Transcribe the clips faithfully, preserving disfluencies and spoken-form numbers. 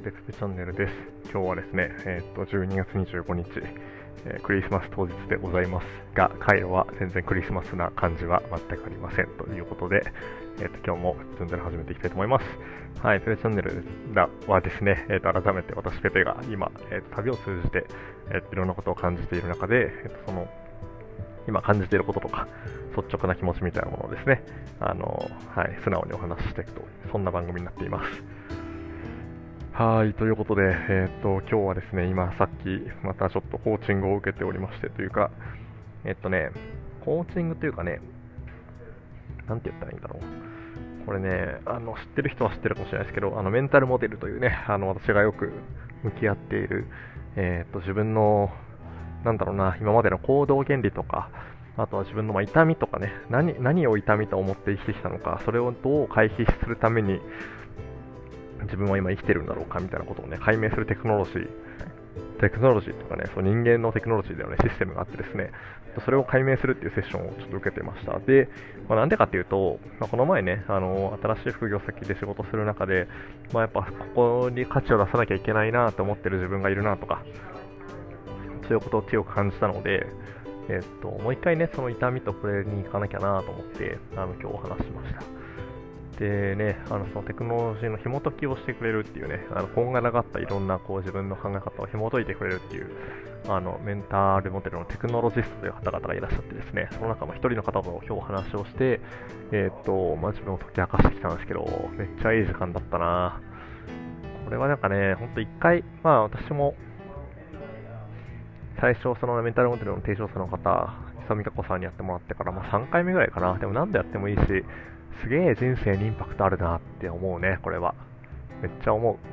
ペペペチャンネルです。今日はですね、えー、っとじゅうにがつにじゅうごにち、えー、クリスマス当日でございますが、カイロは全然クリスマスな感じは全くありませんということで、えー、っと今日も全然始めていきたいと思います。はい、ペペチャンネルはですね、えー、っと改めて私ペペが今、えー、っと旅を通じて、えー、っといろんなことを感じている中で、えー、っとその今感じていることとか率直な気持ちみたいなものをですね、あのはい、素直にお話ししていくという、そんな番組になっています。はい、ということで、えっ、ー、と、今日はですね、今さっきまたちょっとコーチングを受けておりましてというか、えっ、ー、とね、コーチングというかね、なんて言ったらいいんだろう。これね、あの、知ってる人は知ってるかもしれないですけど、あの、メンタルモデルというね、あの、私がよく向き合っている、えっ、ー、と、自分の、なんだろうな、今までの行動原理とか、あとは自分のまあ痛みとかね、何、何を痛みと思って生きてきたのか、それをどう回避するために、自分は今生きてるんだろうかみたいなことをね、解明するテクノロジー、テクノロジーとかね、そう人間のテクノロジーではね、システムがあってですね、それを解明するっていうセッションをちょっと受けてました。で、まあ、なんでかっていうと、まあ、この前ね、あの、新しい副業先で仕事する中で、まあ、やっぱここに価値を出さなきゃいけないなと思ってる自分がいるなとか、そういうことを強く感じたので、えっと、もう一回ね、その痛みと触れに行かなきゃなと思って、あの、今日お話しました。でね、あのそのテクノロジーの紐解きをしてくれるっていうね、あのこんがらがったいろんなこう自分の考え方を紐解いてくれるっていうあのメンタルモデルのテクノロジストという方々がいらっしゃってですね、その中の一人の方と今日お話をして、えー、っと、まあ、自分を解き明かしてきたんですけど、めっちゃいい時間だったな。これはなんかね、ほんと一回、まあ私も最初そのメンタルモデルの提唱者の方、久美香子さんにやってもらってから、まあ、さんかいめぐらいかな。でも何度やってもいいし、すげえ人生にインパクトあるなって思うね、これは。めっちゃ思う。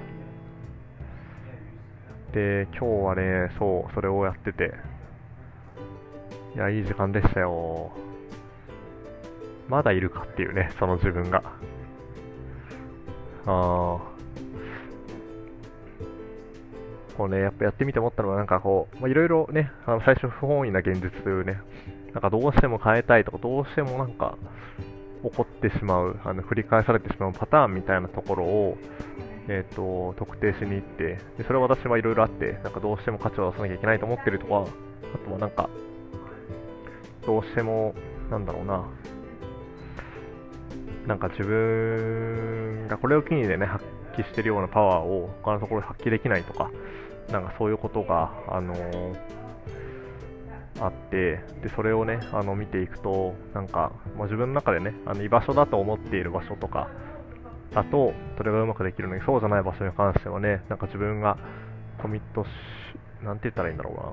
で、今日はね、そう、それをやってて、いや、いい時間でしたよ。まだいるかっていうね、その自分が。あー。こうね、やっぱやってみて思ったのは、なんかこう、いろいろね、あの最初不本意な現実というね、なんかどうしても変えたいとか、どうしてもなんか、起こってしまう、あの繰り返されてしまうパターンみたいなところを、えーと、特定しに行って、でそれは私はいろいろあって、なんかどうしても価値を出さなきゃいけないと思ってるとか、あとはなんか、どうしても、なんだろうな、なんか自分がこれを機にでね、発揮してるようなパワーを他のところで発揮できないとか、なんかそういうことが、あのー、あって、でそれをねあの見ていくと、なんか、まあ、自分の中でねあの居場所だと思っている場所とかだとそれがうまくできるのに、そうじゃない場所に関してはね、なんか自分がコミットし、なんて言ったらいいんだろうな、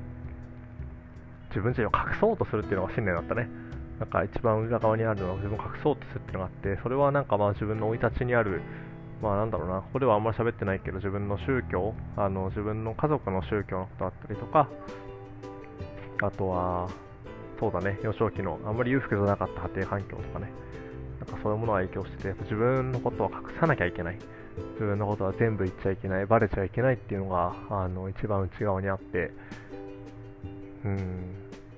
自分自身を隠そうとするっていうのが信念だったね。なんか一番裏側にあるのは自分を隠そうとするっていうのがあって、それはなんかまあ自分の生い立ちにある、まあなんだろうな、ここではあんまり喋ってないけど、自分の宗教、あの自分の家族の宗教のことだったりとか、あとは、そうだね、幼少期のあんまり裕福じゃなかった家庭環境とかね、なんかそういうものが影響してて、やっぱ自分のことを隠さなきゃいけない、自分のことは全部言っちゃいけない、バレちゃいけないっていうのが、あの一番内側にあって、うーん、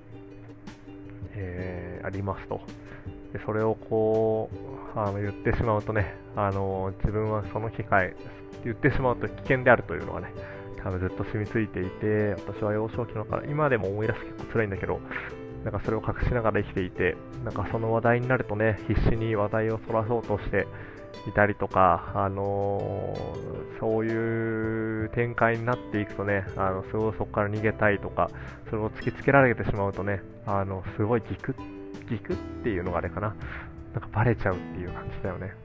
えー、ありますと。でそれをこうあの言ってしまうとね、あの自分はその機会、言ってしまうと危険であるというのがね、多分ずっと染みついていて、私は幼少期のから今でも思い出す結構辛いんだけど、なんかそれを隠しながら生きていて、なんかその話題になるとね、必死に話題をそらそうとしていたりとか、あのー、そういう展開になっていくとね、あのすごいそこから逃げたいとか、それを突きつけられてしまうとね、あのすごいギクッ、ギクっていうのがあれかな、なんかバレちゃうっていう感じだよね。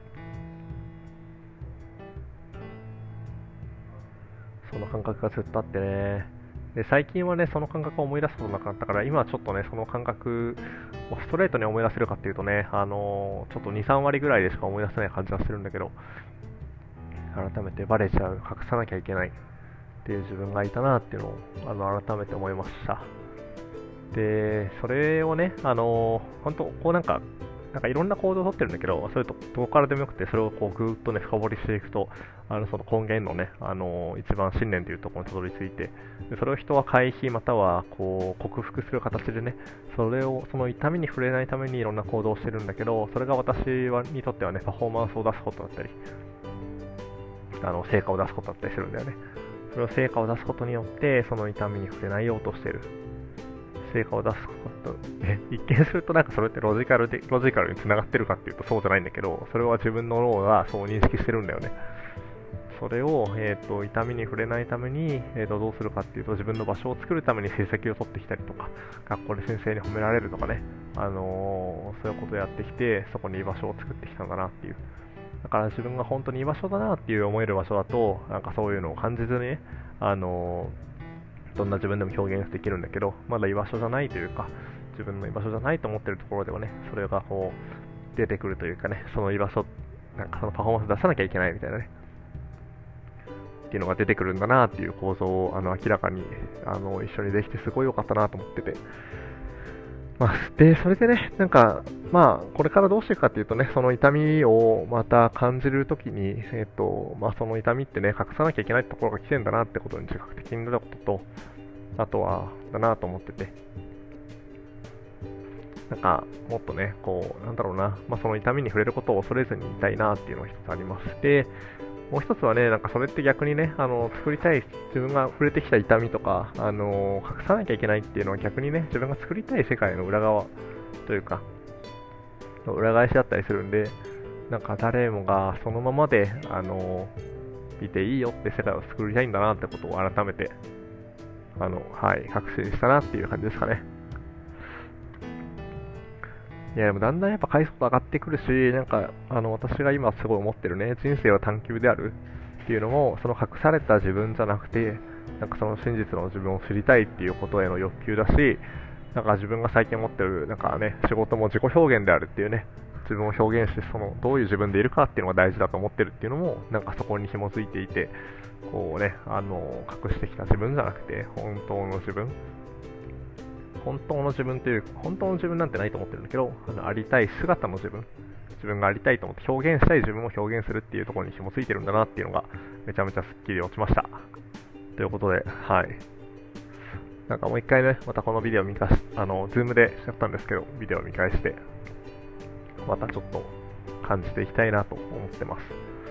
その感覚がずっとあってね。で最近はね、その感覚を思い出すことなくなったから、今はちょっとね、その感覚をストレートに思い出せるかっていうとね、あのー、ちょっとに、さんわりぐらいでしか思い出せない感じがするんだけど、改めてバレちゃう、隠さなきゃいけないっていう自分がいたなっていうのを、あの改めて思いました。で、それをね、あのー、本当こうなんか、なんかいろんな行動をとってるんだけど、それとどこからでもよくて、それをこうぐーっとね、深掘りしていくと、あのその根源のね、あのー、一番信念というところにたどり着いて、でそれを人は回避またはこう克服する形でね、それをその痛みに触れないためにいろんな行動をしてるんだけど、それが私はにとってはね、パフォーマンスを出すことだったり、 あの成果を出すことだったりするんだよね。それを成果を出すことによって、その痛みに触れないようとしている。成果を出すこと、ね、一見するとなんかそれってロジカルで、ロジカルに繋がってるかっていうとそうじゃないんだけど、それは自分の脳がそう認識してるんだよね。それを、えーと、痛みに触れないために、えーと、どうするかっていうと、自分の場所を作るために成績を取ってきたりとか、学校で先生に褒められるとかね、あのー、そういうことをやってきて、そこに居場所を作ってきたんだなっていう。だから自分が本当に居場所だなっていう思える場所だと、なんかそういうのを感じずにね、あのー、どんな自分でも表現できるんだけど、まだ居場所じゃないというか、自分の居場所じゃないと思ってるところではね、それがこう、出てくるというかね、その居場所、なんかそのパフォーマンス出さなきゃいけないみたいなね、っていうのが出てくるんだなっていう構造をあの明らかにあの一緒にできてすごい良かったなと思ってて、まあ、でそれでね、なんかまあこれからどうしていくかっていうとね、その痛みをまた感じるときに、えっとまあ、その痛みってね隠さなきゃいけないところが来てんだなってことに自覚的になったことと、あとはだなと思ってて、なんかもっとねこうなんだろうな、まあ、その痛みに触れることを恐れずにいたいなっていうのが一つありまして、もう一つはね、なんかそれって逆にね、あの作りたい、自分が触れてきた痛みとか、あの隠さなきゃいけないっていうのは逆にね、自分が作りたい世界の裏側というか、裏返しだったりするんで、なんか誰もがそのままで、あの見ていいよって世界を作りたいんだなってことを改めて、あの、はい、確信したなっていう感じですかね。いやでもだんだんやっぱ回数上がってくるし、なんかあの私が今すごい思ってるね、人生は探求であるっていうのも、その隠された自分じゃなくて、なんかその真実の自分を知りたいっていうことへの欲求だし、なんか自分が最近持ってるなんかね、仕事も自己表現であるっていうね、自分を表現して、そのどういう自分でいるかっていうのが大事だと思ってるっていうのも、なんかそこに紐づいていて、こうね、あの隠してきた自分じゃなくて、本当の自分。本当の自分という、本当の自分なんてないと思ってるんだけど、あのありたい姿の自分、自分がありたいと思って表現したい自分を表現するっていうところに紐ついてるんだなっていうのがめちゃめちゃスッキリ落ちました。ということで、はい。なんかもう一回ね、またこのビデオ見返し、あの、ズームでしちゃったんですけど、ビデオ見返して、またちょっと感じていきたいなと思ってます。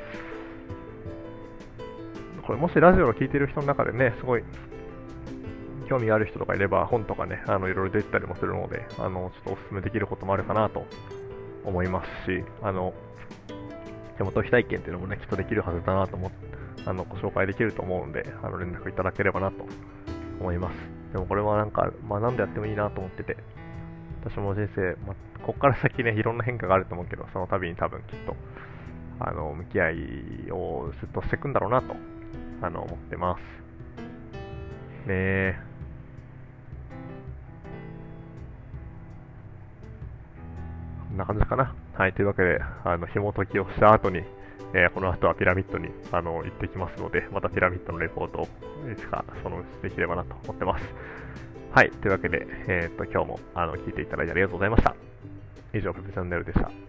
これもしラジオを聞いてる人の中でね、すごい、興味がある人とかいれば本とかね、あのいろいろ出てたりもするので、あのちょっとお勧めできることもあるかなと思いますし、あの手元非体験っていうのもね、きっとできるはずだなと思って、あのご紹介できると思うので、あの連絡いただければなと思います。でもこれはなんか学んでやってもいいなと思ってて、私も人生、ま、ここから先ね、いろんな変化があると思うけど、その度に多分きっと、あの向き合いをずっとしていくんだろうなとあの思ってます。ねえ。こんな感じかな。はい、というわけで、あの紐解きをした後に、えー、この後はピラミッドにあの行ってきますので、またピラミッドのレポートをいつかそのうちできればなと思ってます。はい、というわけで、えー、っと今日もあの聞いていただいてありがとうございました。以上、ペペチャンネルでした。